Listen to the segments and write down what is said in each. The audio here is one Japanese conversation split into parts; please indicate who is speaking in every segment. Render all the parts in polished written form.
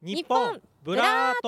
Speaker 1: 日本ブラート。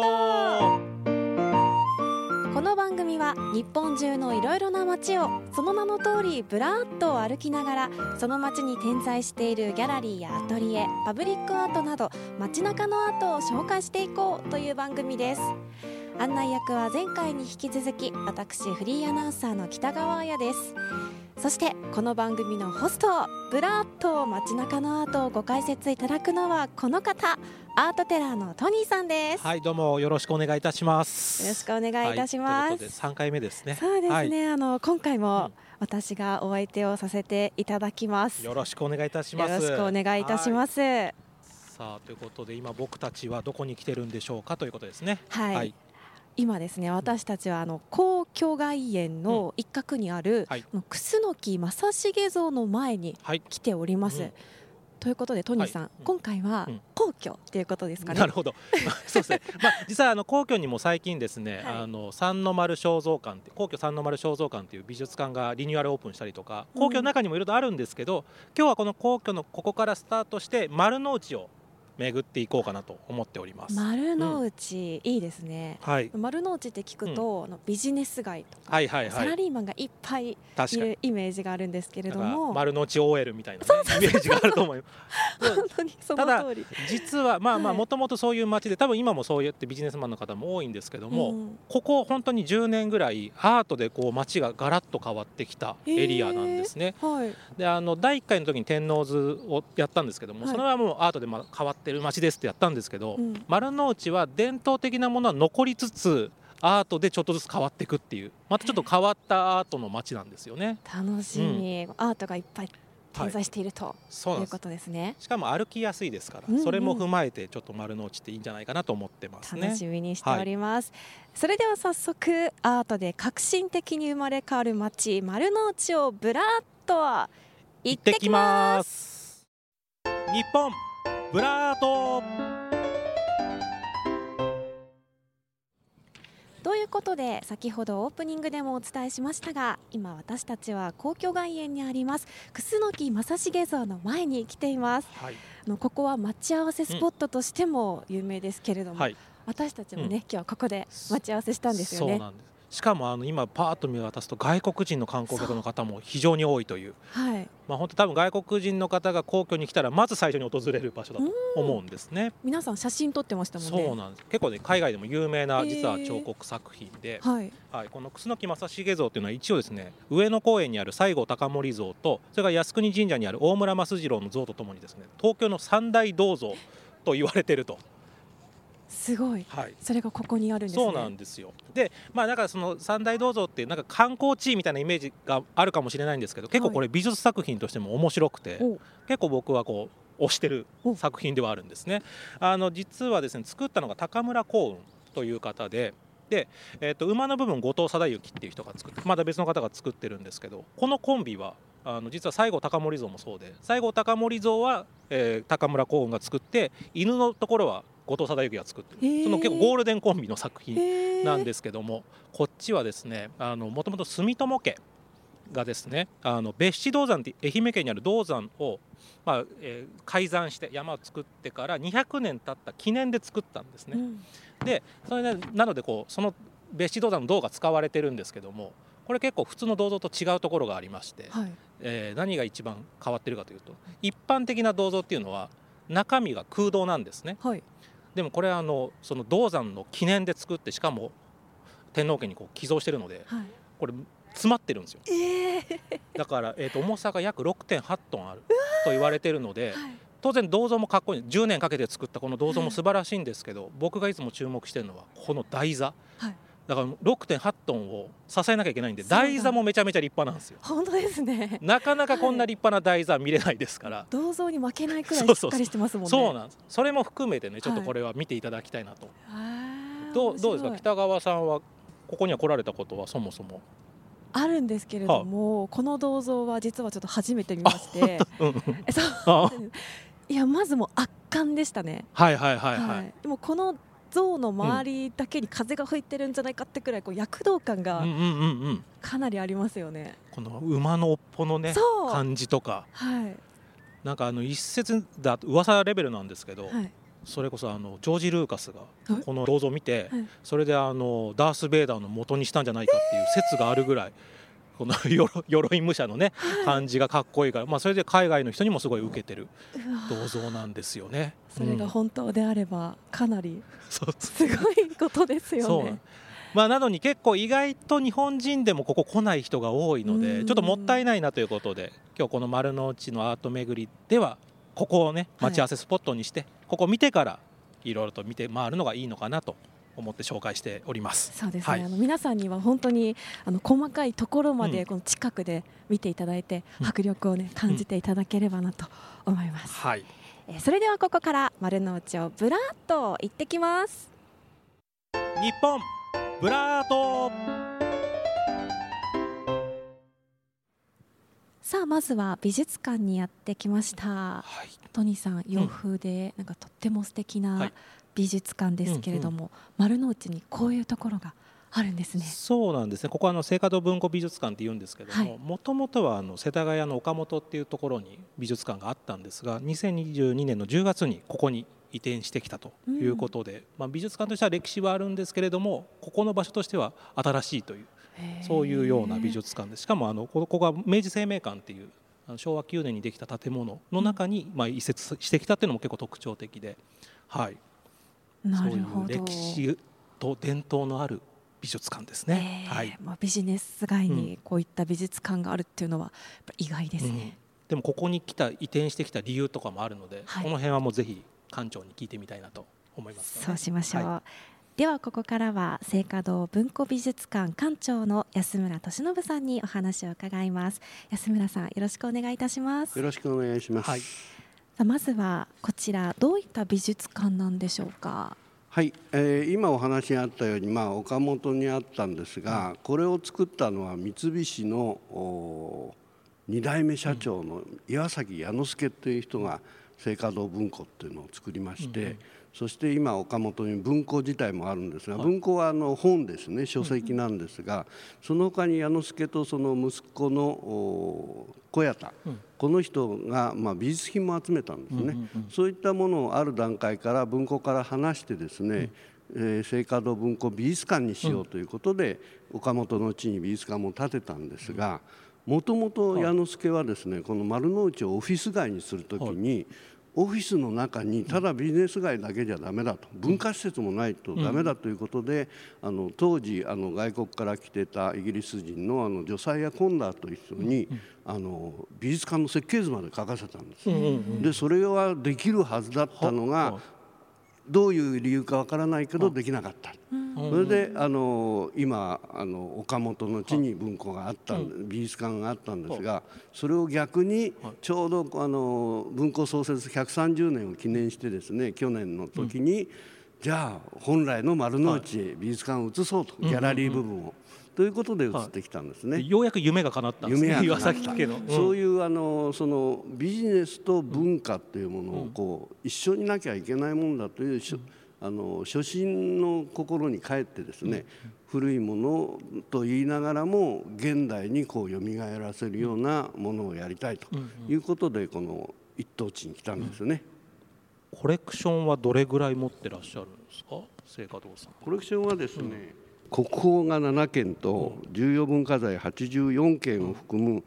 Speaker 2: この番組は日本中のいろいろな街をその名の通りブラーッと歩きながら、その街に点在しているギャラリーやアトリエ、パブリックアートなど街中のアートを紹介していこうという番組です。案内役は前回に引き続き私フリーアナウンサーの北川彩です。そしてこの番組のホスト、ブラーッと街中のアートをご解説いただくのはこの方、アートテラーのトニーさんです。
Speaker 1: はい、どうもよろしくお願いいたします。
Speaker 2: よろしくお願いいたします。
Speaker 1: ということで3回目ですね。
Speaker 2: そうですね、
Speaker 1: はい、
Speaker 2: 今回も私がお相手をさせていただきます。
Speaker 1: よろしくお願いいたします。
Speaker 2: よろしくお願いいたします。
Speaker 1: さあ、ということで今僕たちはどこに来てるんでしょうかということですね。
Speaker 2: はい、今ですね、私たちは皇居外苑の一角にある、楠木正成像の前に来ております。ということでトニーさん、今回は皇居ということですかね。
Speaker 1: なるほどそうですね、実は皇居にも最近ですね、三の丸肖像館って皇居三の丸肖像館という美術館がリニューアルオープンしたりとか、皇居の中にもいろいろあるんですけど、今日はこの皇居のここからスタートして丸の内を巡っていこうかなと思っております。
Speaker 2: 丸の内、いいですね。丸の内って聞くと、ビジネス街とか、サラリーマンがいっぱいいるイメージがあるんですけれども、
Speaker 1: 丸の内 OL みたいな、イメージがあると思います
Speaker 2: 本当にその通り。
Speaker 1: ただ実はもともとそういう街で、多分今もそうやってビジネスマンの方も多いんですけども、ここ本当に10年ぐらいアートでこう街がガラッと変わってきたエリアなんですね。で第1回の時に天王洲をやったんですけども、それはもうアートで変わってる街ですってやったんですけど、丸の内は伝統的なものは残りつつアートでちょっとずつ変わっていくっていう、またちょっと変わったアートの街なんですよね。
Speaker 2: 楽しみ、アートがいっぱい点在しているということですね。
Speaker 1: しかも歩きやすいですから、それも踏まえてちょっと丸の内っていいんじゃないかなと思ってますね。
Speaker 2: 楽しみにしております。それでは早速アートで革新的に生まれ変わる街丸の内をブラッと行ってきます。
Speaker 1: 日本ブラート。
Speaker 2: ということで、先ほどオープニングでもお伝えしましたが、今私たちは皇居外苑にあります楠木正成像の前に来ています。ここは待ち合わせスポットとしても有名ですけれども、私たちもね、今日はここで待ち合わせしたんですよね。
Speaker 1: そうなんです。しかも今パーッと見渡すと外国人の観光客の方も非常に多いという、本当多分外国人の方が皇居に来たらまず最初に訪れる場所だと思うんですね。
Speaker 2: 皆さん写真撮ってましたもんね。
Speaker 1: そうなんです。結構ね、海外でも有名な実は彫刻作品で、この楠木正成像というのは一応ですね、上野公園にある西郷隆盛像と、それから靖国神社にある大村益次郎の像とともにですね、東京の三大銅像と言われていると。
Speaker 2: すごい、それがここにあるんですね。
Speaker 1: そうなんですよ。で、だからその三大銅像ってなんか観光地みたいなイメージがあるかもしれないんですけど、結構これ美術作品としても面白くて、結構僕はこう推してる作品ではあるんですね。実はですね、作ったのが高村光雲という方で、馬の部分後藤貞之っていう人が作って、まだ別の方が作ってるんですけど、このコンビは実は西郷隆盛像もそうで、西郷隆盛像は、高村光雲が作って、犬のところは後藤貞之が作ってる、その結構ゴールデンコンビの作品なんですけども、こっちはですね、もともと住友家がですね、別子銅山って愛媛県にある銅山を、開山して山を作ってから200年経った記念で作ったんですね。でそれでなのでその別子銅山の銅が使われてるんですけども、これ結構普通の銅像と違うところがありまして、何が一番変わってるかというと、一般的な銅像っていうのは中身が空洞なんですね。でもこれはその銅山の記念で作って、しかも天皇家に寄贈してるので、これ詰まってるんですよ。だから、重さが約 6.8 トンあると言われているので、当然銅像もかっこいい、10年かけて作ったこの銅像も素晴らしいんですけど、僕がいつも注目してるのはこの台座、だから 6.8 トンを支えなきゃいけないんで、台座もめちゃめちゃ立派なんですよ。
Speaker 2: 本当ですね。
Speaker 1: なかなかこんな立派な台座見れないですから、
Speaker 2: 銅像に負けないくらいしっかりしてますもんね。
Speaker 1: そうなんです。それも含めてね、ちょっとこれは見ていただきたいなと。どうですか、北川さんはここには来られたことはそもそも
Speaker 2: あるんですけれども、この銅像は実はちょっと初めて見まして、いや、まずもう圧巻でしたね。でもこの像の周りだけに風が吹いてるんじゃないかってくらい躍動感がかなりありますよね。
Speaker 1: この馬の尾っぽのね感じとか、なんか一説だと噂レベルなんですけど、 それこそジョージ・ルーカスがこの銅像を見て、それでダース・ベイダーの元にしたんじゃないかっていう説があるぐらい、この鎧武者のね感じがかっこいいから、それで海外の人にもすごい受けてる銅像なんですよね。
Speaker 2: それが本当であればかなりすごいことですよね。
Speaker 1: なのに結構意外と日本人でもここ来ない人が多いので、ちょっともったいないなということで、今日この丸の内のアート巡りではここをね待ち合わせスポットにして、ここ見てからいろいろと見て回るのがいいのかなと思って紹介しております。
Speaker 2: そうですね、皆さんには本当に細かいところまでこの近くで見ていただいて、迫力をね感じていただければなと思います。それではここから丸の内をブラーっと行ってきます。
Speaker 1: 日本ブラート。
Speaker 2: さあまずは美術館にやってきました。トニーさん、洋風でなんかとっても素敵な美術館ですけれども、丸の内にこういうところがあるんですね。
Speaker 1: そうなんですね。ここは青華堂文庫美術館って言うんですけども、もともとは世田谷の岡本っていうところに美術館があったんですが、2022年の10月にここに移転してきたということで、美術館としては歴史はあるんですけれども、ここの場所としては新しいという、そういうような美術館で、しかもここが明治生命館っていう昭和9年にできた建物の中に移設してきたっていうのも結構特徴的で、そういう歴史と伝統のある美術館ですね。
Speaker 2: ビジネス街にこういった美術館があるっていうのは意外ですね。
Speaker 1: でもここに移転してきた理由とかもあるので、この辺はもうぜひ館長に聞いてみたいなと思います、
Speaker 2: そうしましょう。ではここからは青華堂文庫美術館館長の安村俊信さんにお話を伺います。安村さん、よろしくお願いいたします。
Speaker 3: よろしくお願いします。
Speaker 2: まずはこちらどういった美術館なんでしょうか。
Speaker 3: 今お話にあったように、岡本にあったんですが、これを作ったのは三菱の2代目社長の岩崎彌之助という人が青華堂文庫っていうのを作りまして、そして今岡本に文庫自体もあるんですが、文庫は本ですね、書籍なんですが、その他に彌之助とその息子の小谷田、この人が美術品も集めたんですね。そういったものをある段階から文庫から離してですね、青華堂文庫美術館にしようということで、岡本の地に美術館も建てたんですが、もともと彌之助はですね、この丸の内をオフィス街にするときに、オフィスの中にただビジネス街だけじゃダメだと、文化施設もないとダメだということで、当時外国から来てたイギリス人のジョサイア・コンダーという人に美術館の設計図まで書かせたんです。でそれはできるはずだったのが、どういう理由かわからないけどできなかった。それで今岡本の地に文庫があった美術館があったんですが、それを逆にちょうど文庫創設130年を記念してですね、去年の時にじゃあ本来の丸の内へ美術館を移そうと、ギャラリー部分をということで移ってきたんですね。
Speaker 1: ようやく夢が叶ったんですね、岩崎家の。
Speaker 3: そういうそのビジネスと文化というものを一緒になきゃいけないもんだという初心の心に帰ってですね、古いものと言いながらも現代に蘇らせるようなものをやりたいということで、この一等地に来たんですよね。
Speaker 1: コレクションはどれぐらい持ってらっしゃるんですか、青華堂さん。
Speaker 3: コレクションはですね、国宝が7件と重要文化財84件を含む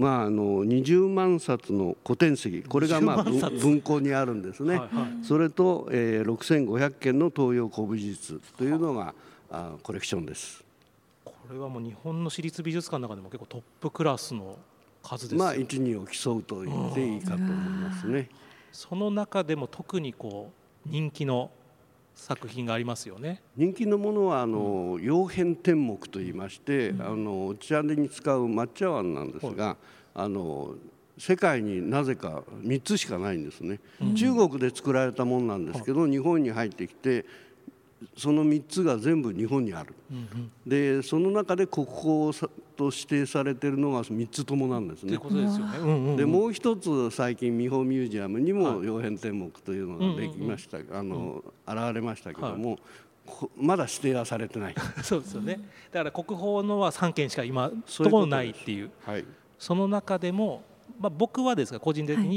Speaker 3: 20万冊の古典籍、これが文庫にあるんですね。それと6500件の東洋古美術というのがコレクションです。
Speaker 1: これはもう日本の私立美術館の中でも結構トップクラスの数ですよね。
Speaker 3: 1、2を競うと言っていいかと思いますね。
Speaker 1: その中でも特に人気の作品がありますよね。
Speaker 3: 人気のものは曜変天目といいまして、お茶に使う抹茶碗なんですが、世界になぜか3つしかないんですね。中国で作られたものなんですけど、日本に入ってきてその3つが全部日本にある。でその中で国宝と指定されているのが3つともなんですね。でもう一つ最近美保ミュージアムにも曜変天目というのができました、現れましたけども、まだ指定はされてない。
Speaker 1: そうですよね。だから国宝のは3件しか今ところないっていう。その中でも僕はですが個人的に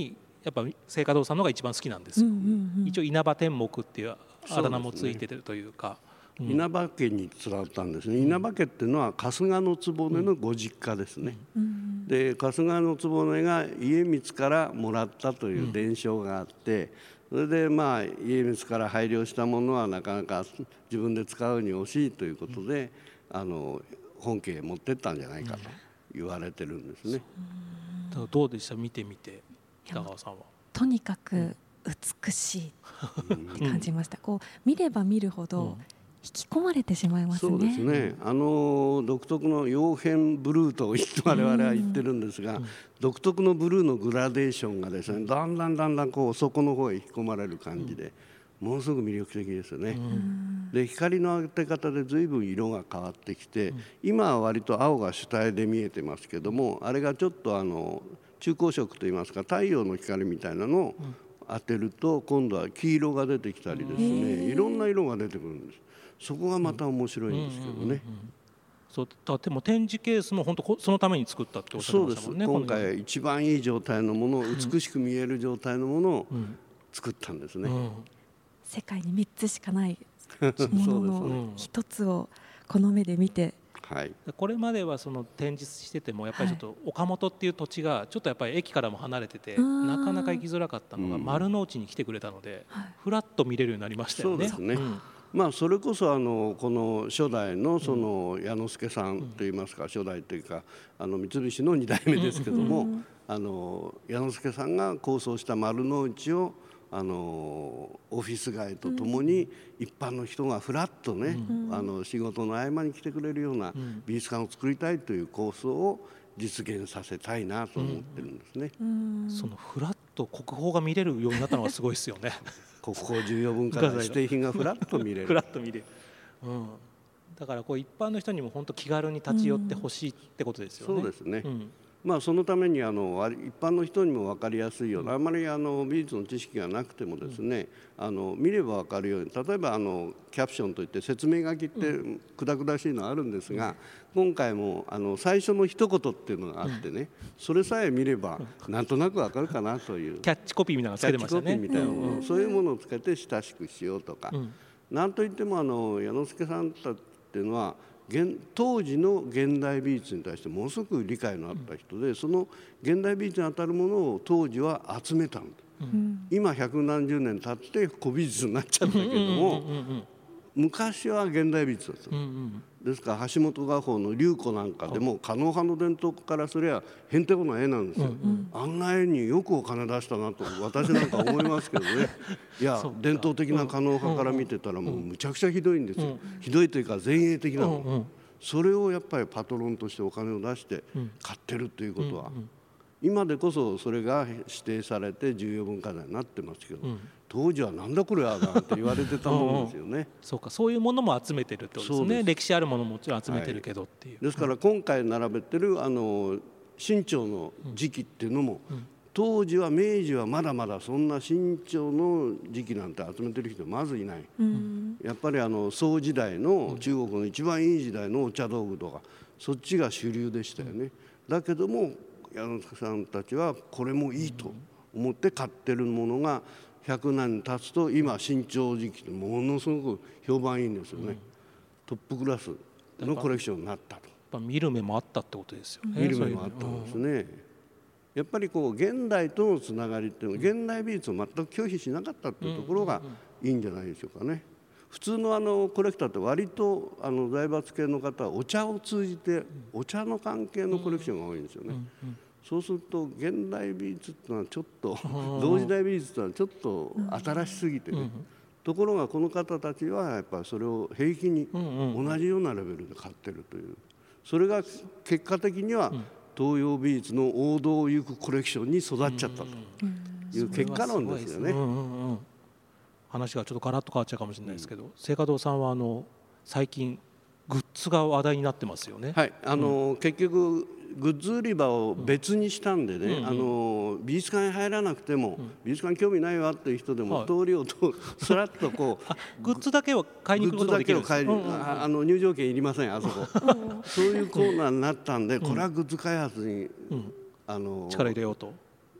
Speaker 1: やっぱ聖華堂さんのが一番好きなんですよ。一応稲葉天目っていうあだ名もついてるというか、
Speaker 3: 稲葉家に伝わったんですね。稲葉家っていうのは春日局のご実家ですね。で春日局が家光からもらったという伝承があって、それで家光から拝領したものはなかなか自分で使うに惜しいということで、本家へ持ってったんじゃないかと言われてるんですね。
Speaker 1: どうでした、見てみて北川さんは。
Speaker 2: とにかく美しいって感じました。こう見れば見るほど引き込まれてしまいますね。
Speaker 3: そうですね。独特の曜変ブルーと我々は言ってるんですが、独特のブルーのグラデーションがですね、だんだんこう底の方へ引き込まれる感じで、ものすごく魅力的ですよね。で光の当て方で随分色が変わってきて、今は割と青が主体で見えてますけども、あれがちょっと中光色といいますか太陽の光みたいなのを当てると今度は黄色が出てきたりですね、いろんな色が出てくるんです。そこがまた面白いんですけどね。
Speaker 1: そうでも展示ケースも本当そのために作ったっておっしゃってましたもんね。
Speaker 3: そうです。今回一番いい状態のものを、美しく見える状態のものを作ったんですね。
Speaker 2: 世界に3つしかないものの一つをこの目で見て、
Speaker 1: これまではその展示しててもやっぱりちょっと岡本っていう土地がちょっとやっぱり駅からも離れててなかなか行きづらかったのが丸の内に来てくれたのでフラッと見れるようになりましたよね。
Speaker 3: そうですね。それこそこの初代のその矢之助さんといいますか、初代というか三菱の2代目ですけども、矢之助さんが構想した丸の内をオフィス街とともに一般の人がフラッとね、仕事の合間に来てくれるような美術館を作りたいという構想を実現させたいなと思ってるんですね。
Speaker 1: そのフラッと国宝が見れるようになったのはすごいですよね。
Speaker 3: 国宝重要文化財指定品がフラッと見れる。
Speaker 1: フラッと見れる。だからこう一般の人にも本当気軽に立ち寄ってほしいってことですよね。
Speaker 3: そうですね。そのために一般の人にも分かりやすいような、あまり美術の知識がなくてもですね、見れば分かるように、例えばキャプションといって説明書きってくだくだしいのあるんですが、今回も最初の一言っていうのがあってね、それさえ見ればなんとなく分かるかなという
Speaker 1: キャッチコピーみたいなのつけてましたね。
Speaker 3: キャッチコピーみたいなもの、そういうものをつけて親しくしようとか、なんといっても矢之助さんっていうのは当時の現代美術に対してものすごく理解のあった人で、その現代美術にあたるものを当時は集めたんです。今百何十年経って古美術になっちゃったけども、昔は現代美術だった。ですから橋本画法の龍子なんかでも狩野派の伝統からそれはへんてこな絵なんですよ。あんな絵によくお金出したなと私なんか思いますけどね。いや伝統的な狩野派から見てたらもうむちゃくちゃひどいんですよ。ひどいというか前衛的なの。それをやっぱりパトロンとしてお金を出して買ってるということは、今でこそそれが指定されて重要文化財になってますけど、当時はなんだこれはなんて言われてたもんですよね。
Speaker 1: そうか、そういうものも集めてるってことですね。歴史あるものももちろん集めてるけどっていう。
Speaker 3: ですから今回並べてる清朝の時期っていうのも、当時は明治はまだまだそんな清朝の時期なんて集めてる人まずいない。やっぱり宋時代の中国の一番いい時代のお茶道具とかそっちが主流でしたよね。だけども矢之助さんたちはこれもいいと思って買ってるものが100年経つと今清朝時期でものすごく評判いいんですよね。トップクラスのコレクションになったと。
Speaker 1: やっぱ見る目もあったってことですよね。
Speaker 3: 見る目もあったんですね。やっぱり現代とのつながりっていうのは現代美術を全く拒否しなかったっていうところがいいんじゃないでしょうかね。普通のコレクターって割と財閥系の方はお茶を通じてお茶の関係のコレクションが多いんですよね。そうすると現代美術っていうのはちょっと同時代美術っていうのはちょっと新しすぎてね、ところがこの方たちはやっぱりそれを平気に同じようなレベルで買ってるという、それが結果的には東洋美術の王道を行くコレクションに育っちゃったという結果論ですよね。
Speaker 1: 話がちょっとガラッと変わっちゃうかもしれないですけど、聖華堂さんは最近グッズが話題になってますよね。
Speaker 3: はい、結局グッズ売り場を別にしたんでね、美術館に入らなくても、美術館興味ないわっていう人でも通りをスラッと
Speaker 1: グッズだけを買いに行くことができるんですか。
Speaker 3: 入場券いりません、あそこそういうコーナーになったんで、これはグッズ開発に
Speaker 1: 力入れようと。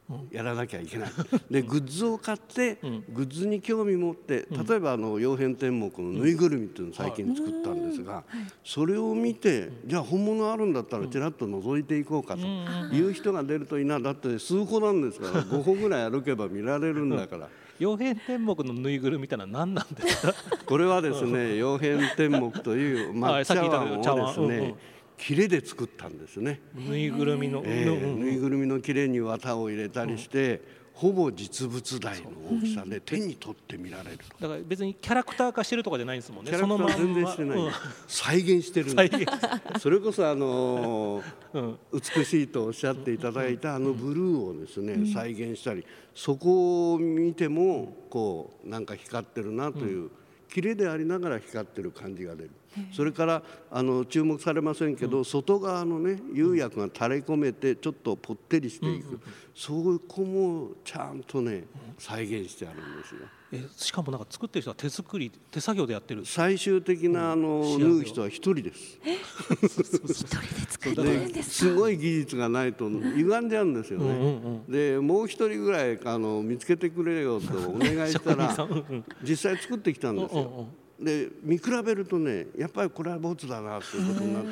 Speaker 3: やらなきゃいけない。でグッズを買って、グッズに興味持って、例えば洋変天目のぬいぐるみっていうのを最近作ったんですが、それを見てじゃあ本物あるんだったらちらっと覗いていこうかという人が出るといいな。だって数個なんですから5個ぐらい歩けば見られるんだから。
Speaker 1: 曜変天目のぬいぐるみみたいなのは何なんですか？
Speaker 3: これはですね、曜変天目という抹茶碗をですね、切れで作ったんですね。
Speaker 1: ぬいぐるみの、
Speaker 3: ぬいぐるみの切れに綿を入れたりして、ほぼ実物大の大きさで手に取って見られると。
Speaker 1: だから別にキャラクター化してるとかじゃないんですもんね。
Speaker 3: キャラクターは全然してない、再現してるんです。それこそ美しいとおっしゃっていただいたブルーをですね、再現したり、そこを見てもこうなんか光ってるなという、切れでありながら光ってる感じが出る。それから注目されませんけど、外側のね釉薬が垂れ込めてちょっとぽってりしていく、そこもちゃんとね再現してあるんですよ。
Speaker 1: しかもなんか作ってる人は手作業でやってる。
Speaker 3: 最終的な縫う人は一人です。
Speaker 2: 一人で作ってるんですか？
Speaker 3: すごい技術がないと歪んじゃうんですよね。でもう一人ぐらい見つけてくれよとお願いしたら実際作ってきたんですよ。で見比べるとね、やっぱりこれはボツだなということになって、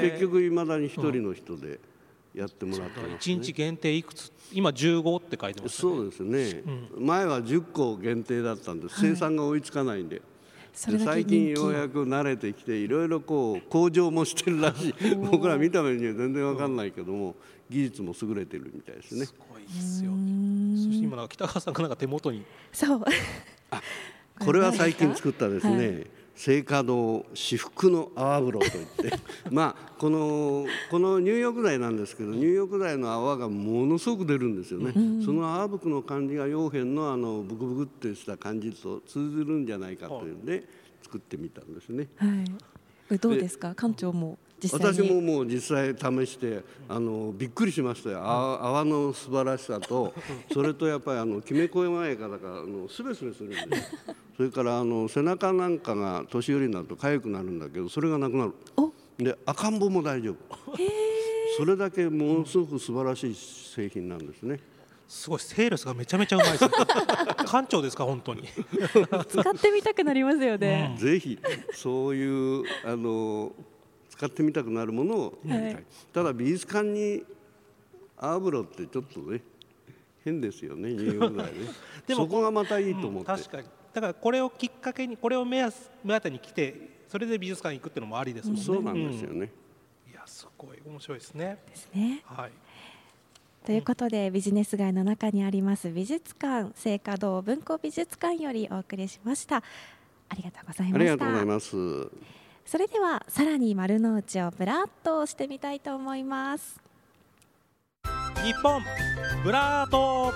Speaker 3: 結局いまだに一人の人でやってもらってますね。
Speaker 1: 1日限定いくつ、今15って書いてますね。
Speaker 3: そうですね、前は10個限定だったんです。生産が追いつかないんで、最近ようやく慣れてきていろいろこう向上もしてるらしい。僕ら見た目には全然わかんないけども、技術も優れてるみたいですね。
Speaker 1: すごいですよ。そして今北川さんがなんか手元に、
Speaker 2: そう
Speaker 3: これは最近作ったですね、聖火堂至福の泡風呂といってこの入浴剤なんですけど、入浴剤の泡がものすごく出るんですよね。その泡吹くの感じが曜変のブクブクってした感じと通ずるんじゃないかというんで作ってみたんですね。
Speaker 2: どうですか、館長も実際に？
Speaker 3: 私ももう実際試してびっくりしましたよ。泡の素晴らしさと、それとやっぱりきめ細やかだからスベスベするんです。それから背中なんかが年寄りになると痒くなるんだけど、それがなくなる。で赤ん坊も大丈夫。それだけものすごく素晴らしい製品なんですね。
Speaker 1: すごい、セールスがめちゃめちゃうまいですね。館長ですか本当に。
Speaker 2: 使ってみたくなりますよね。
Speaker 3: ぜひそういう使ってみたくなるものをやりたい。ただ美術館に泡風呂ってちょっとね変ですよね、入浴剤ね。でもそこがまたいいと思って。
Speaker 1: 確かに。だからこれをきっかけに、これを目当てに来て、それで美術館に行くっていうのもありですもんね。
Speaker 3: そうなんですよね。
Speaker 1: いやすごい面白いですね。
Speaker 2: ですね。
Speaker 1: はい。
Speaker 2: ということで、ビジネス街の中にあります美術館、聖火堂文庫美術館よりお送りしました。ありがとうございました。
Speaker 3: ありがとうございます。
Speaker 2: それではさらに丸の内をブラッとしてみたいと思います。
Speaker 1: 日本ブラート。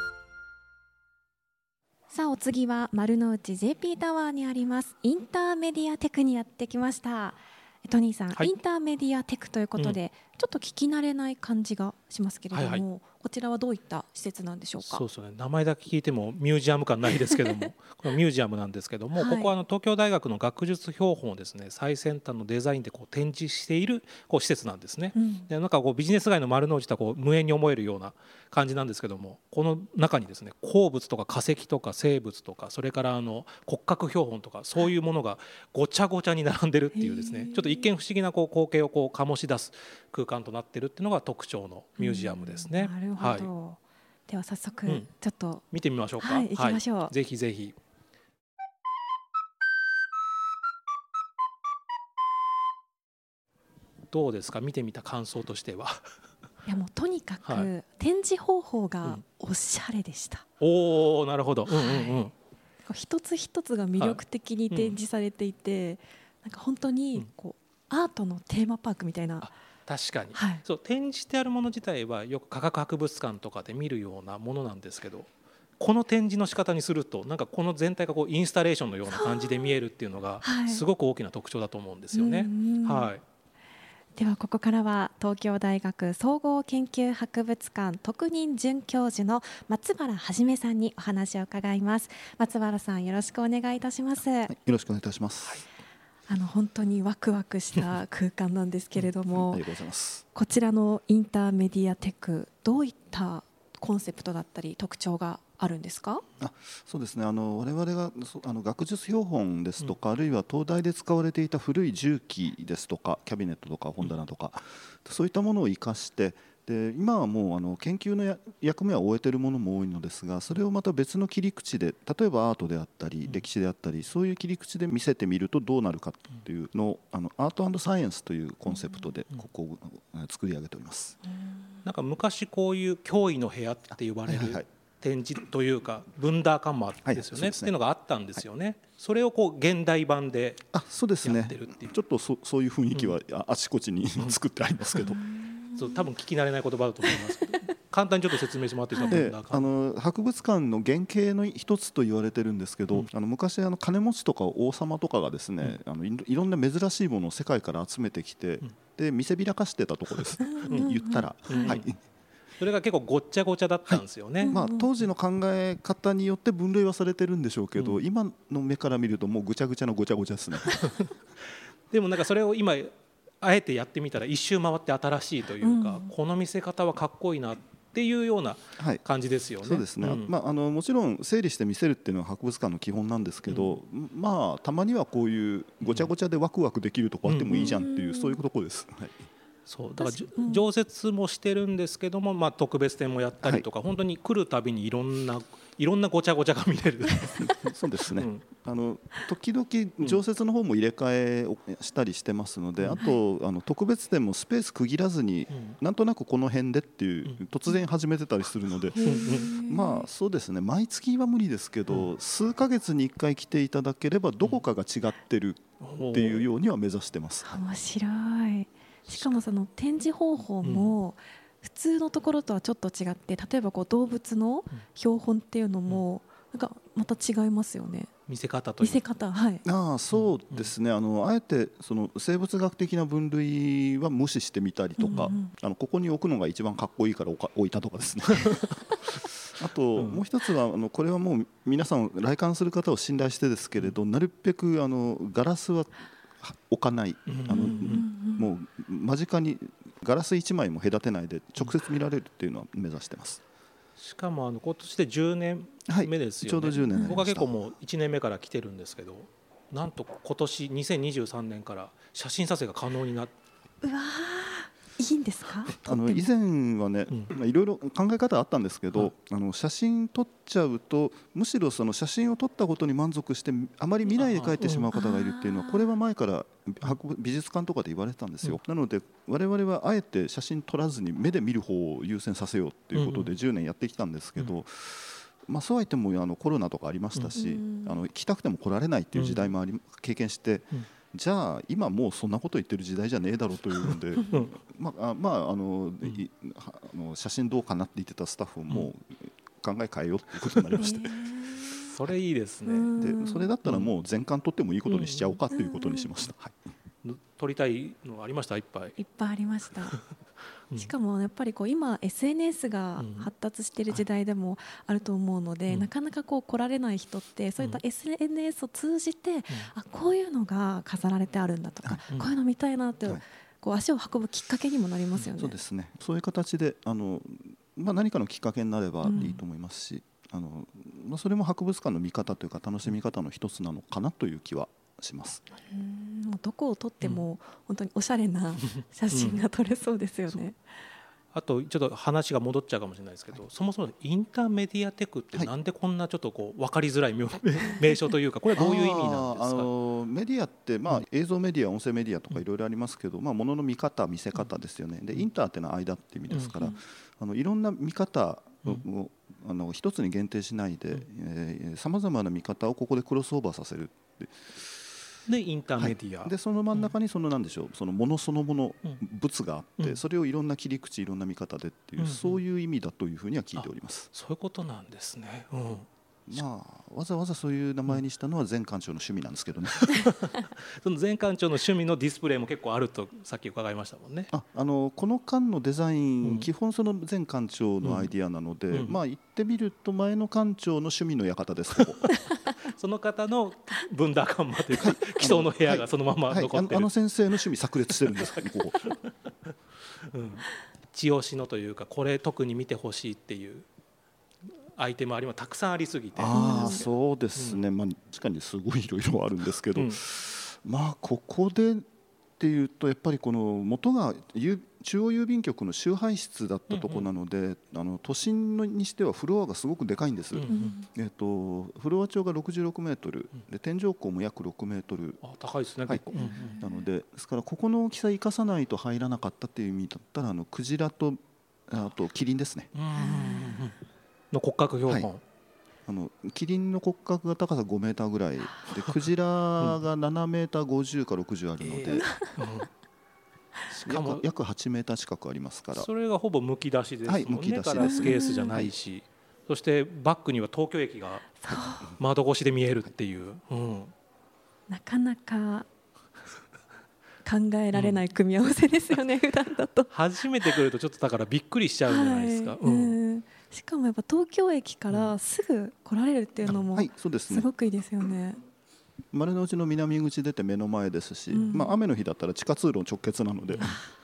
Speaker 2: さあお次は丸の内 JP タワーにありますインターメディアテクにやってきました。トニーさん、インターメディアテクということで、ちょっと聞き慣れない感じがしますけれども、こちらはどういった施設なんでしょうか？
Speaker 1: そうですね、名前だけ聞いてもミュージアム感ないですけどもこのミュージアムなんですけども、ここは東京大学の学術標本をですね、最先端のデザインで展示している施設なんですね。でなんかビジネス街の丸の内と無縁に思えるような感じなんですけども、この中にですね、鉱物とか化石とか生物とか、それから骨格標本とか、そういうものがごちゃごちゃに並んでるっていうですね、ちょっと一見不思議な光景を醸し出す空間となっているっていうのが特徴のミュージアムですね。
Speaker 2: なるほど。では早速、ちょっと
Speaker 1: 見てみましょうか。
Speaker 2: 行きましょう。
Speaker 1: ぜひぜひ。どうですか、見てみた感想としては。
Speaker 2: いやもうとにかく展示方法がおしゃれでした。
Speaker 1: おー、なるほど。
Speaker 2: 一つ一つが魅力的に展示されていて、なんか本当にアートのテーマパークみたいな。
Speaker 1: 確かに、そう、展示してあるもの自体はよく科学博物館とかで見るようなものなんですけど、この展示の仕方にするとなんかこの全体がインスタレーションのような感じで見えるっていうのがすごく大きな特徴だと思うんですよね。
Speaker 2: ではここからは東京大学総合研究博物館特任准教授の松原一さんにお話を伺います。松原さん、よろしくお願いいたします。よ
Speaker 4: ろしくお願いいたします。
Speaker 2: 本当にワクワクした空間なんですけれども
Speaker 4: ありがとうございます。
Speaker 2: こちらのインターメディアテク、どういったコンセプトだったり特徴があるんですか？
Speaker 4: そうですね、我々が学術標本ですとか、あるいは東大で使われていた古い重機ですとかキャビネットとか本棚とか、そういったものを生かして、で今はもう研究の役目は終えているものも多いのですが、それをまた別の切り口で、例えばアートであったり歴史であったり、そういう切り口で見せてみるとどうなるかというのをアート&サイエンスというコンセプトでここを作り上げております。
Speaker 1: なんか昔こういう脅威の部屋って呼ばれる展示というかブンダーカンマーですよね、っていうのがあったんですよね。それをこう現代版でやってるっていう。
Speaker 4: ちょっとそういう雰囲気はあちこちに作ってありますけど、
Speaker 1: 多分聞き慣れない言葉だと思いますけど簡単にちょっと説明してもらっていいですか？
Speaker 4: 博物館の原型の一つと言われてるんですけど、昔金持ちとか王様とかがですね、いろんな珍しいものを世界から集めてきて、で見せびらかしてたところです、言ったら、はい、
Speaker 1: それが結構ごっちゃごちゃだったんですよね。
Speaker 4: 当時の考え方によって分類はされてるんでしょうけど、今の目から見るともうぐちゃぐちゃのごちゃごちゃですね
Speaker 1: でもなんかそれを今あえてやってみたら一周回って新しいというか、この見せ方はかっこいいなっていうような感じですよね。
Speaker 4: そうですね、もちろん整理して見せるっていうのは博物館の基本なんですけど、たまにはこういうごちゃごちゃでワクワクできるとこあってもいいじゃんっていう、そういうところです、はい。
Speaker 1: そうだから常設もしてるんですけども、特別展もやったりとか、本当に来るたびにいろんなごちゃごちゃが見れる
Speaker 4: そうですね、時々常設の方も入れ替えをしたりしてますので、あと特別展もスペース区切らずに、なんとなくこの辺でっていう突然始めてたりするので、そうですね、毎月は無理ですけど、数ヶ月に1回来ていただければどこかが違ってるっていうようには目指してます。
Speaker 2: 面白い。しかもその展示方法も普通のところとはちょっと違って、例えばこう動物の標本っていうのもなんかまた違いますよね。
Speaker 1: 見せ方という
Speaker 2: 見せ方、はい。
Speaker 4: そうですね、あえてその生物学的な分類は無視してみたりとか、ここに置くのが一番かっこいいから置いたとかですねあともう一つはこれはもう皆さん来館する方を信頼してですけれど、なるべくガラスは置かない、もう間近にガラス1枚も隔てないで直接見られるっていうのは目指してます。
Speaker 1: しかも今年で10年目ですよね、
Speaker 4: ちょうど10年。
Speaker 1: 僕は結構もう1年目から来てるんですけど、なんと今年2023年から写真撮影が可能になって、
Speaker 2: うわいいんですか？
Speaker 4: 以前はね、いろいろ考え方あったんですけど、写真撮っちゃうとむしろその写真を撮ったことに満足してあまり見ないで帰ってしまう方がいるっていうのは、これは前から美術館とかで言われてたんですよ。なので我々はあえて写真撮らずに目で見る方を優先させようっていうことで10年やってきたんですけど、そうは言ってもコロナとかありましたし、来たくても来られないっていう時代も経験して、じゃあ今もうそんなこと言ってる時代じゃねえだろうというので写真どうかなって言ってたスタッフも考え変えようということになりまして
Speaker 1: それいいですね。
Speaker 4: でそれだったらもう全館撮ってもいいことにしちゃおうかということにしました。
Speaker 1: 撮りたいのありました？いっぱい
Speaker 2: ありましたしかもやっぱり今 SNS が発達している時代でもあると思うので、なかなか来られない人ってそういった SNS を通じて、こういうのが飾られてあるんだとか、こういうの見たいなって足を運ぶきっかけにもなりますよね。
Speaker 4: そうですね、そういう形で何かのきっかけになればいいと思いますし、それも博物館の見方というか楽しみ方の一つなのかなという気はします。
Speaker 2: どこを撮っても本当におしゃれな写真が撮れそうですよね。
Speaker 1: あとちょっと話が戻っちゃうかもしれないですけど、そもそもインターメディアテックってなんでこんなちょっと分かりづらい名称というか、これはどういう意味なんですか？
Speaker 4: メディアって映像メディア、音声メディアとかいろいろありますけど、ものの見方、見せ方ですよね。でインターっていうのは間っていう意味ですから、いろんな見方を一つに限定しないでさまざまな見方をここでクロスオーバーさせるって
Speaker 1: でインターメディア、
Speaker 4: でその真ん中に何でしょう、そのものそのもの、物があって、それをいろんな切り口、いろんな見方でっていう、そういう意味だというふうには聞いております。
Speaker 1: そういうことなんですね。
Speaker 4: わざわざそういう名前にしたのは前館長の趣味なんですけどね
Speaker 1: その前館長の趣味のディスプレイも結構あるとさっき伺いましたもんね。
Speaker 4: この館のデザイン、基本その前館長のアイディアなので、言ってみると前の館長の趣味の館です
Speaker 1: その方のブンダーカンマというか基礎の部屋がそのまま残ってる、
Speaker 4: 先生の趣味炸裂してるんですここ
Speaker 1: 一押しのというか、これ特に見てほしいっていうアイテムありもたくさんありすぎて、
Speaker 4: そうですね、確かにすごいいろいろあるんですけど、ここでっていうとやっぱりこの元が中央郵便局の集配室だったところなので、都心にしてはフロアがすごくでかいんです。フロア長が66メートルで天井高も約6メートル、
Speaker 1: 高いですね、
Speaker 4: なのでですからここの大きさ生かさないと入らなかったっていう意味だったらクジラとあとキリンですね
Speaker 1: の骨格標本、
Speaker 4: キリンの骨格が高さ5メーターぐらいでクジラが7メーター50か60あるので、しかも約8メーター近くありますから、
Speaker 1: それがほぼむき出しですもんね、
Speaker 4: むき出し
Speaker 1: ガラスケースじゃないし、そしてバックには東京駅が窓越しで見えるっていう、
Speaker 2: なかなか考えられない組み合わせですよね、普段だと。
Speaker 1: 初めて来るとちょっとだからびっくりしちゃうんじゃないですか。
Speaker 2: しかもやっぱ東京駅からすぐ来られるっていうのもすごくいいですよね。
Speaker 4: 丸の内の南口出て目の前ですし、雨の日だったら地下通路直結なので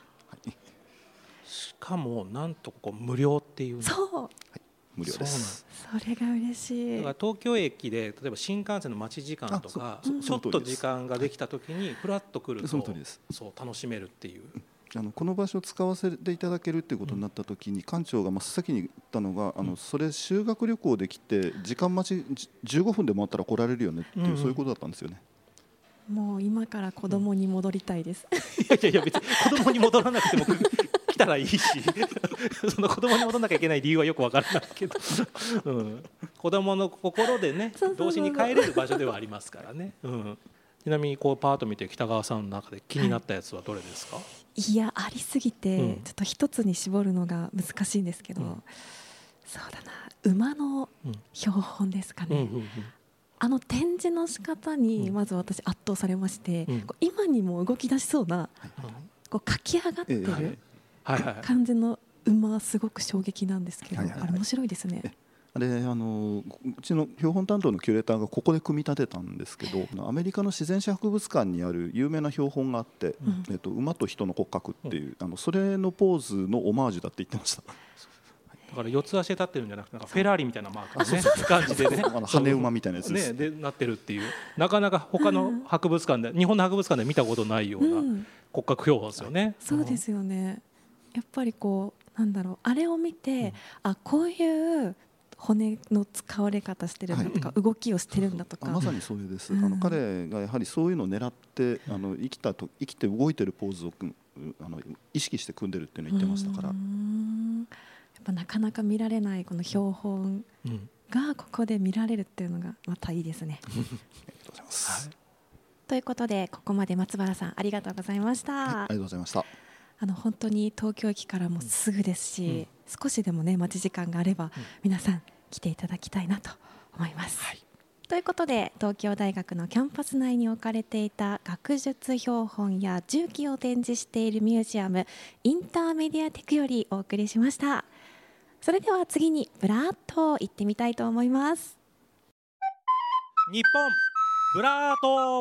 Speaker 1: しかもなんとここ無料っていう、
Speaker 4: 無料です。
Speaker 2: それが嬉しい。
Speaker 1: だから東京駅で例えば新幹線の待ち時間とかちょっと時間ができた時にフラッと来るとそう楽しめるっていう。
Speaker 4: この場所を使わせていただけるっていうことになった時に館長が真っ先に言ったのがそれ修学旅行で来て時間待ち15分でもあったら来られるよねっていうそういうことだったんですよね。
Speaker 2: もう今から子供に戻りたいです。
Speaker 1: いや別に子供に戻らなくても来たらいいしその子供に戻らなきゃいけない理由はよく分からないけど、子供の心でね童心に帰れる場所ではありますからね。ちなみにこうパーッと見て北川さんの中で気になったやつはどれですか？
Speaker 2: いやありすぎてちょっと一つに絞るのが難しいんですけど、そうだな、馬の標本ですかね。展示の仕方にまず私圧倒されまして、今にも動き出しそうなこう書き上がってる感じの馬すごく衝撃なんですけど、あれ面白いですね。
Speaker 4: あれうちの標本担当のキュレーターがここで組み立てたんですけど、アメリカの自然史博物館にある有名な標本があって、馬と人の骨格っていうそれのポーズのオマージュだって言ってました。
Speaker 1: だから四つ足で立ってるんじゃなくてなんかフェラーリみたいなマークの、感じでね
Speaker 4: 羽馬みたいなやつです、
Speaker 1: でなってるっていう、なかなか他の博物館で日本の博物館で見たことないような骨格標本ですよね。
Speaker 2: そうですよね。やっぱりこうなんだろう、あれを見て、こういう骨の使われ方してるんだとか、動きをしてるんだとか、
Speaker 4: まさにそうです。彼がやはりそういうのを狙って生きて動いてるポーズを意識して組んでるっていうのを言ってましたから、や
Speaker 2: っぱなかなか見られないこの標本がここで見られるっていうのがまたいいですね。
Speaker 4: ありがとうございます。
Speaker 2: ということでここまで松原さんありがとうございました。
Speaker 4: ありがとうございました。
Speaker 2: 本当に東京駅からもすぐですし、少しでもね待ち時間があれば、皆さん来ていただきたいなと思います。ということで東京大学のキャンパス内に置かれていた学術標本や重機を展示しているミュージアムインターメディアテクよりお送りしました。それでは次にブラーっと行ってみたいと思います。
Speaker 1: 日本ブラート。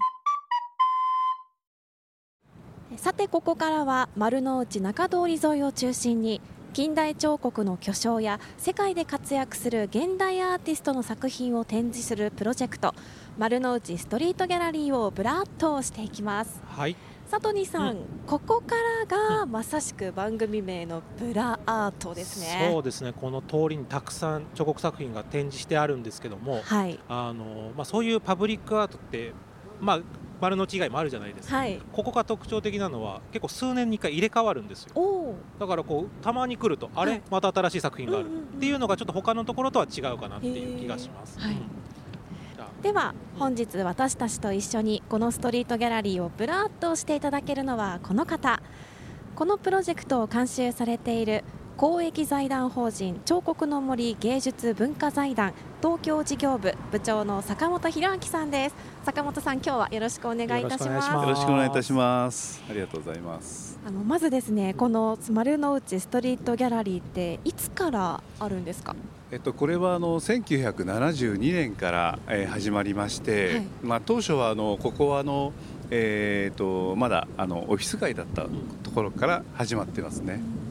Speaker 2: さてここからは丸の内中通り沿いを中心に近代彫刻の巨匠や世界で活躍する現代アーティストの作品を展示するプロジェクト丸の内ストリートギャラリーをブラーっとしていきます。佐藤さん、ここからがまさしく番組名のブラアートですね。
Speaker 1: そうですね。この通りにたくさん彫刻作品が展示してあるんですけども、そういうパブリックアートって丸の内以外もあるじゃないですか。ここが特徴的なのは結構数年に1回入れ替わるんですよ。だからこうたまに来るとあれ、また新しい作品があるっていうのがちょっと他のところとは違うかなっていう気がします。では本日私たちと一緒にこのストリートギャラリーをブラーっとしていただけるのはこの方。このプロジェクトを監修されている公益財団法人彫刻の森芸術文化財団東京事業部部長の坂本博明さんです。坂本さん、今日はよろしくお願いいたします。
Speaker 5: よろしくお願いいたします。ありがとうございます。
Speaker 2: まずですね、この丸の内ストリートギャラリーっていつからあるんですか？
Speaker 5: これは1972年から、始まりまして、当初はここはまだオフィス街だったところから始まってますね。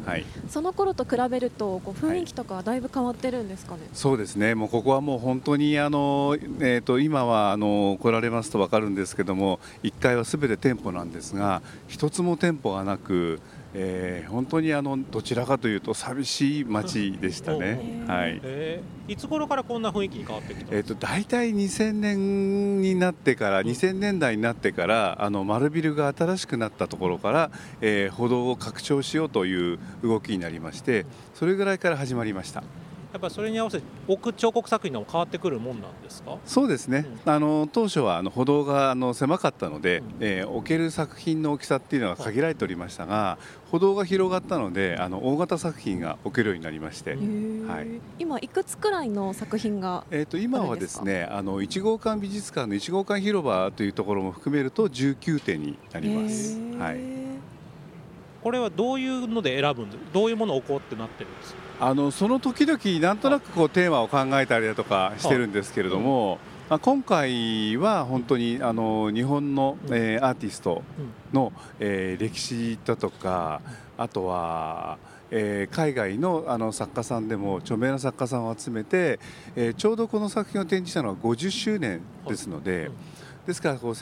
Speaker 5: はい、
Speaker 2: その頃と比べるとこう雰囲気とかはだいぶ変わってるんですかね。
Speaker 5: そうですね、もうここはもう本当に今は来られますと分かるんですけども、1階はすべて店舗なんですが、一つも店舗がなく、本当にどちらかというと寂しい街でしたね。はい、
Speaker 1: いつ頃からこんな雰囲気に変わってきたんですか。
Speaker 5: 大体2000年になってから、2000年代になってから丸ビルが新しくなったところから、歩道を拡張しようという動きになりまして、それぐらいから始まりました。
Speaker 1: やっぱりそれに合わせて置く彫刻作品でも変わってくるもんなんですか。
Speaker 5: そうですね、当初は歩道が狭かったので、置ける作品の大きさっていうのが限られておりましたが、歩道が広がったので大型作品が置けるようになりまして、はい、
Speaker 2: 今いくつくらいの作品があるんですか。
Speaker 5: 今はですね1号館美術館の1号館広場というところも含めると19点になります。はい、
Speaker 1: これはどういうので選ぶんですか。どういうものを置こうってなってるんですか。
Speaker 5: その時々なんとなくこうテーマを考えたりだとかしてるんですけれども、今回は本当に日本の、アーティストの、歴史だとか、あとは、海外の、作家さんでも著名な作家さんを集めて、ちょうどこの作品を展示したのは50周年ですので、ですからこう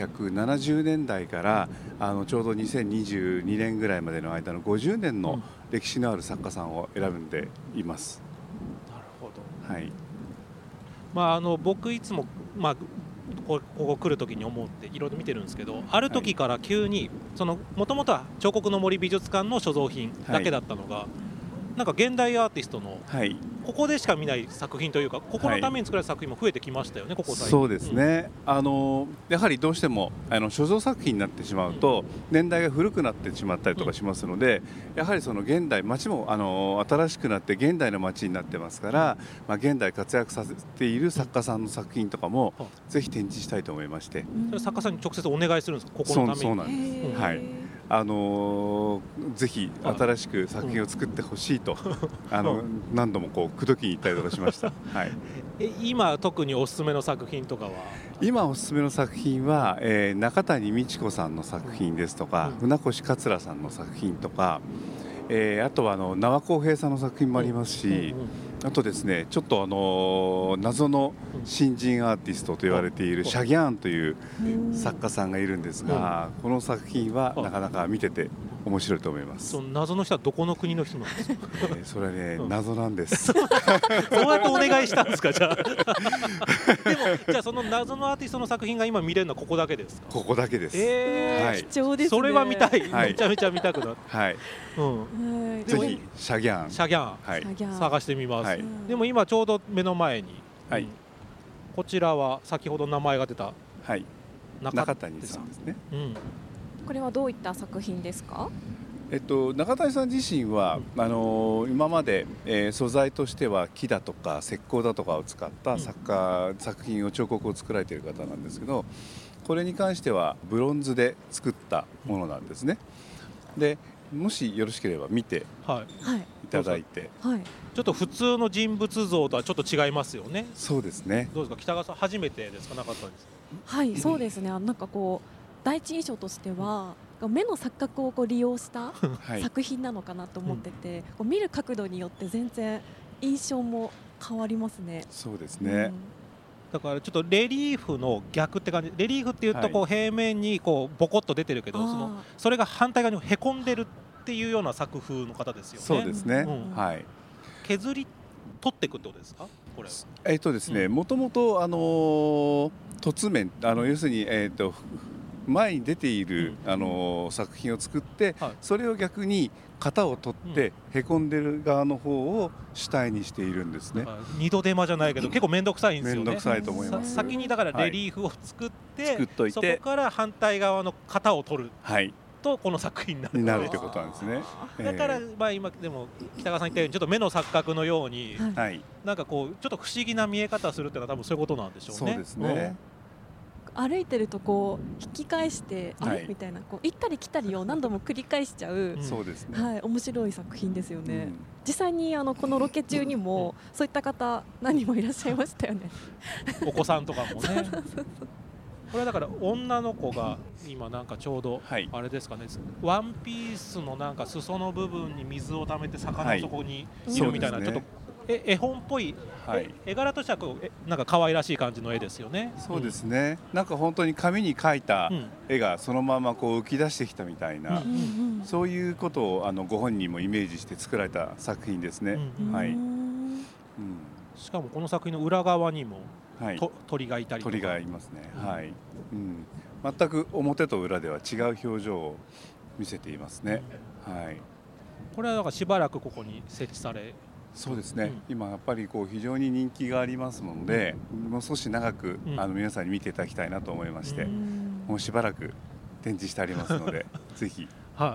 Speaker 5: 1970年代からちょうど2022年ぐらいまでの間の50年の歴史のある作家さんを選んでいます。
Speaker 1: なるほど。
Speaker 5: はい。
Speaker 1: 僕いつも、ここ来る時に思っていろいろ見てるんですけど、ある時から急にもともとは彫刻の森美術館の所蔵品だけだったのが、なんか現代アーティストのここでしか見ない作品というか、ここのために作られた作品も増えてきましたよね、ここ最近。
Speaker 5: そうですね、やはりどうしても所蔵作品になってしまうと年代が古くなってしまったりとかしますので、やはりその現代街も新しくなって現代の街になってますから、現代活躍させている作家さんの作品とかもぜひ展示したいと思いまして。
Speaker 1: それ作家さんに直接お願いするんですか、ここのために。
Speaker 5: そうなんです。はい。ぜひ新しく作品を作ってほしいと何度もこう口説きに行ったりとかしました。はい、
Speaker 1: 今特におすすめの作品とかは。
Speaker 5: 今おすすめの作品は、中谷美智子さんの作品ですとか、船越桂さんの作品とか、あとは名和光平さんの作品もありますし、あとですね、ちょっと謎の新人アーティストと言われているシャギャーンという作家さんがいるんですが、この作品はなかなか見てて面白いと思います。
Speaker 1: その謎の人はどこの国の人なんですか。
Speaker 5: それはね、謎なんです。
Speaker 1: どうやってお願いしたんですか。じゃあでもじゃあその謎のアーティストの作品が今見れるのはここだけですか。
Speaker 5: ここだけです。
Speaker 2: はい、貴重ですね。
Speaker 1: それは見たい、めちゃめちゃ見たくなって、
Speaker 5: はい、ぜひシャギャーン
Speaker 1: 探してみます。でも今ちょうど目の前に、こちらは先ほど名前が出た、
Speaker 5: 中谷さんですね。
Speaker 2: これはどういった作品ですか。
Speaker 5: 中谷さん自身は今まで、素材としては木だとか石膏だとかを使った作品を彫刻を作られている方なんですけど、これに関してはブロンズで作ったものなんですね。でもしよろしければ見ていただいて、
Speaker 1: ちょっと普通の人物像とはちょっと違いますよね。
Speaker 5: そうですね。
Speaker 1: どうですか、北川さん初めてですか。なかったんですか。
Speaker 2: はい、そうですね。なんかこう第一印象としては目の錯覚を利用した作品なのかなと思ってて、見る角度によって全然印象も変わりますね。
Speaker 5: そうですね。
Speaker 1: だからちょっとレリーフの逆って感じ。レリーフっていうとこう平面にこうボコッと出てるけど、それが反対側にへこんでるっていうような作風の方ですよね。
Speaker 5: そうですね。はい。
Speaker 1: 削り取っていくってことですか。これ。
Speaker 5: ですね。もともと凸面要するに前に出ている作品を作って、それを逆に型を取ってへこんでる側の方を主体にしているんですね。
Speaker 1: 二度手間じゃないけど結構面倒くさいんですよね。
Speaker 5: 面倒くさいと思います。
Speaker 1: 先にだからレリーフを作って
Speaker 5: といて、
Speaker 1: そこから反対側の型を取るとこの作品になる
Speaker 5: ってことなんですね。
Speaker 1: だから今でも北川さん言ったようにちょっと目の錯覚のようになんかこうちょっと不思議な見え方をするっていうのは多分そういうことなんでしょうね。
Speaker 5: そうですね。
Speaker 2: 歩いてるとこう引き返してあれみたいなこう行ったり来たりを何度も繰り返しちゃう、
Speaker 5: そうですね。
Speaker 2: 面白い作品ですよね。実際にこのロケ中にもそういった方何人もいらっしゃいましたよね。
Speaker 1: お子さんとかもね。 これはだから女の子が今なんかちょうど
Speaker 5: はい
Speaker 1: あれですかね、ワンピースのなんか裾の部分に水を溜めて魚の底にいるみたいな、
Speaker 5: はい
Speaker 1: ちょっと絵本っぽい、
Speaker 5: はい
Speaker 1: 絵柄としてはこうなんか可愛らしい感じの絵ですよね。
Speaker 5: そうですね、なんか本当に紙に描いた
Speaker 1: うん
Speaker 5: 絵がそのままこう浮き出してきたみたいな、
Speaker 1: うん
Speaker 5: そういうことをご本人もイメージして作られた作品ですね。
Speaker 1: うん
Speaker 5: はい、
Speaker 1: しかもこの作品の裏側にも
Speaker 5: はい、
Speaker 1: 鳥がいたりとか、
Speaker 5: 鳥がいますね。はい、全く表と裏では違う表情を見せていますね。はい、
Speaker 1: これはだからしばらくここに設置され、
Speaker 5: そうですね、今やっぱりこう非常に人気がありますので、もう少し長く皆さんに見ていただきたいなと思いまして、もうしばらく展示してありますのでぜひ、はい、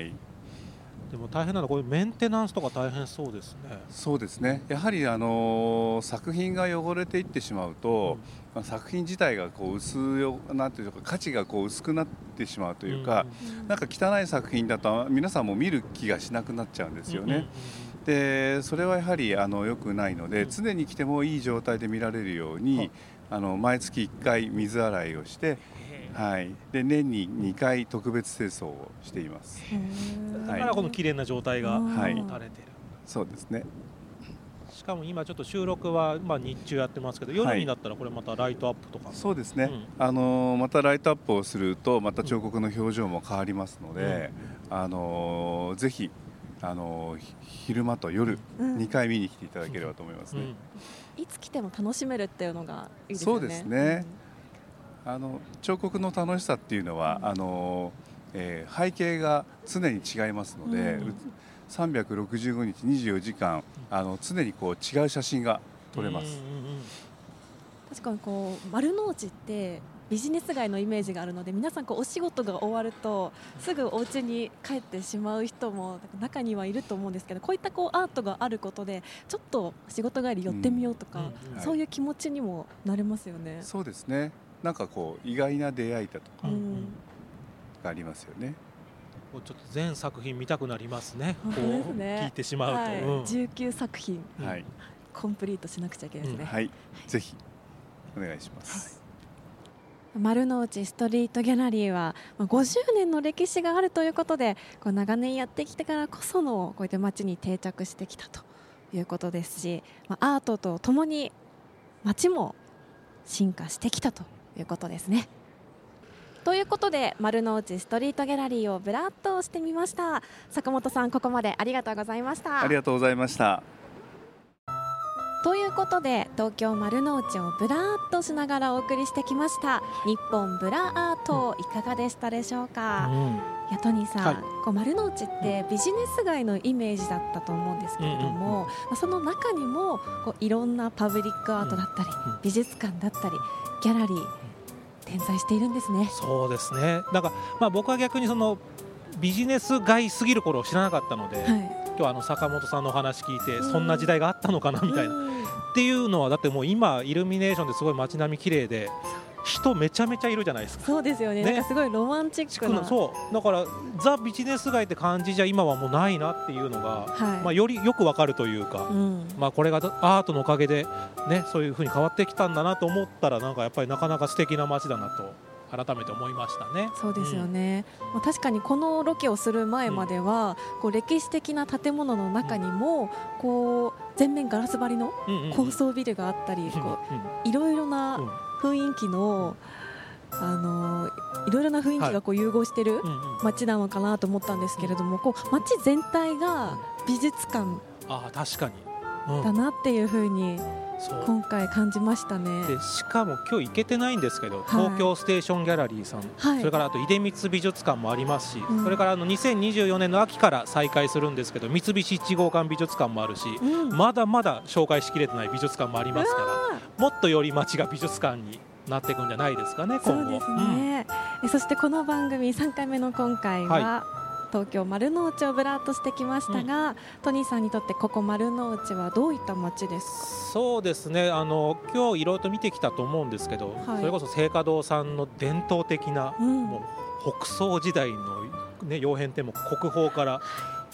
Speaker 1: でも大変なのはこういうメンテナンスとか大変そうですね。
Speaker 5: そうですね、やはり作品が汚れていってしまうと、作品自体がこうなんていうか価値がこう薄くなってしまうというか、なんか汚い作品だと皆さんも見る気がしなくなっちゃうんですよね。でそれはやはり良くないので、常に来てもいい状態で見られるように、毎月1回水洗いをして、はい、で年に2回特別清掃をしています。
Speaker 1: だからこの綺麗な状態が保たれている、
Speaker 5: そうですね。
Speaker 1: しかも今ちょっと収録は日中やってますけど、夜になったらこれまたライトアップとか、
Speaker 5: そうですね、またライトアップをするとまた彫刻の表情も変わりますので、ぜひ昼間と夜2回見に来ていただければと思いますね。
Speaker 2: いつ来ても楽しめるっていうのがいいですよね。
Speaker 5: そうですね、彫刻の楽しさっていうのは背景が常に違いますので、365日24時間常にこう違う写真が撮れます。
Speaker 2: 確かにこう丸の内ってビジネス街のイメージがあるので、皆さんこうお仕事が終わるとすぐお家に帰ってしまう人も中にはいると思うんですけど、こういったこうアートがあることでちょっと仕事帰り寄ってみようとか、そういう気持ちにもなれますよね。
Speaker 5: そうですね、なんかこう意外な出会いだとかがありますよね。
Speaker 1: ちょっと全作品見たくなりますね。
Speaker 2: 本当ですね。
Speaker 1: 聞いてしまうと、
Speaker 2: 19作品、コンプリートしなくちゃいけないですね。
Speaker 5: はい、ぜひお願いします。
Speaker 2: 丸の内ストリートギャラリーは50年の歴史があるということで、こう長年やってきてからこそのこういった街に定着してきたということですし、アートとともに街も進化してきたということですね。ということで丸の内ストリートギャラリーをブラッとしてみました。坂本さん、ここまでありがとうございました。
Speaker 5: ありがとうございました。
Speaker 2: ということで東京丸の内をブラーっとしながらお送りしてきました日本ブラアート、いかがでしたでしょうか。トニーさん、こう丸の内ってビジネス街のイメージだったと思うんですけれども、その中にもこういろんなパブリックアートだったり、美術館だったりギャラリー点在しているんですね。そうですね。
Speaker 1: なんか僕は逆にそのビジネス街すぎる頃を知らなかったので、今日坂本さんのお話聞いて、そんな時代があったのかなみたいな、っていうのはだってもう今イルミネーションですごい街並み綺麗で人めちゃめちゃいるじゃないですか。
Speaker 2: そうですよね。なんかすごいロマンチックな、
Speaker 1: そうだからザ・ビジネス街って感じじゃ今はもうないなっていうのが、よりよくわかるというか、これがアートのおかげでね、そういう風に変わってきたんだなと思ったら、なんかやっぱりなかなか素敵な街だなと改めて思いましたね。
Speaker 2: そうですよね、確かにこのロケをする前までは、こう歴史的な建物の中にもこう全面ガラス張りの高層ビルがあったり、いろいろな雰囲気のいろいろな雰囲気がこう融合している街なのかなと思ったんですけれども、こう街全体が美術館
Speaker 1: 確かに
Speaker 2: だなっていうふうに今回感じましたね。
Speaker 1: でしかも今日行けてないんですけど、東京ステーションギャラリーさん、それからあと出光美術館もありますし、それから2024年の秋から再開するんですけど、三菱一号館美術館もあるし、まだまだ紹介しきれてない美術館もありますから、もっとより街が美術館になっていくんじゃないですかね、今後。
Speaker 2: そうですね、そしてこの番組3回目の今回は、東京丸の内をブラッとしてきましたが、トニーさんにとってここ丸の内はどういった街ですか。
Speaker 1: そうですね、今日いろいろと見てきたと思うんですけど、それこそ青華堂さんの伝統的な、もう北宋時代の、ね、曜変天目国宝から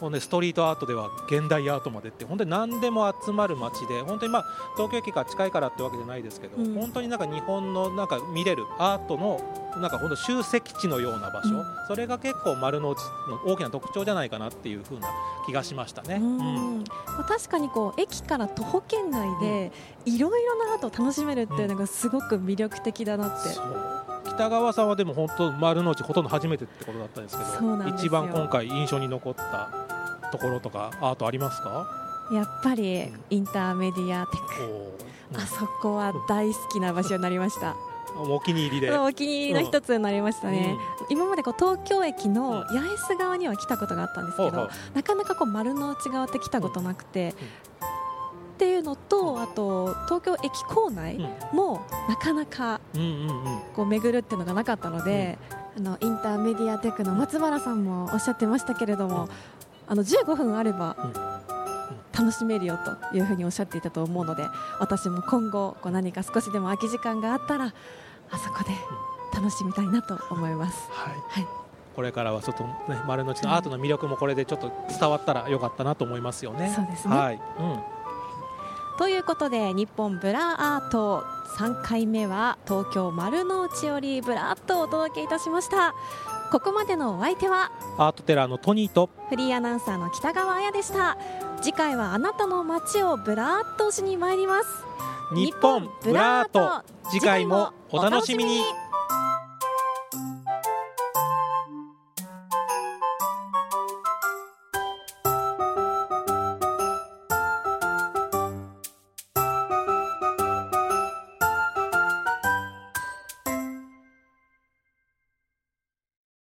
Speaker 1: ストリートアートでは現代アートまでって本当に何でも集まる街で、本当に東京駅から近いからってわけじゃないですけど、本当に日本の見れるアートの本当集積地のような場所、それが結構丸の内の大きな特徴じゃないかなっていう風な気がしましたね。
Speaker 2: 確かに駅から徒歩圏内でいろいろなアートを楽しめるっていうのがすごく魅力的だなって。
Speaker 1: 北川さんはでも本当丸の内ほとんど初めてってことだったんですけど、一番今回印象に残ったところとかアートありますか？
Speaker 2: やっぱりインターメディアテック、あそこは大好きな場所になりました。
Speaker 1: お気に入りで、
Speaker 2: お気に入りの一つになりましたね。今まで東京駅の八重洲側には来たことがあったんですけど、なかなか丸の内側って来たことなくて、っていうのと、あと東京駅構内もなかなか巡るっていうのがなかったので、インターメディアテックの松原さんもおっしゃってましたけれども、15分あれば楽しめるよというふうにおっしゃっていたと思うので、私も今後何か少しでも空き時間があったらあそこで楽しみたいなと思います。
Speaker 1: これからはちょっと、丸の内のアートの魅力もこれでちょっと伝わったらよかったなと思いますよね。
Speaker 2: そうですね、ということで日本ブラアート3回目は東京丸の内よりブラアートをお届けいたしました。ここまでのお相手は
Speaker 1: アートテラーのトニーと
Speaker 2: フリーアナウンサーの北川彩でした。次回はあなたの街をブラアートしに参ります。
Speaker 1: 日本ブラアート、次回もお楽しみに。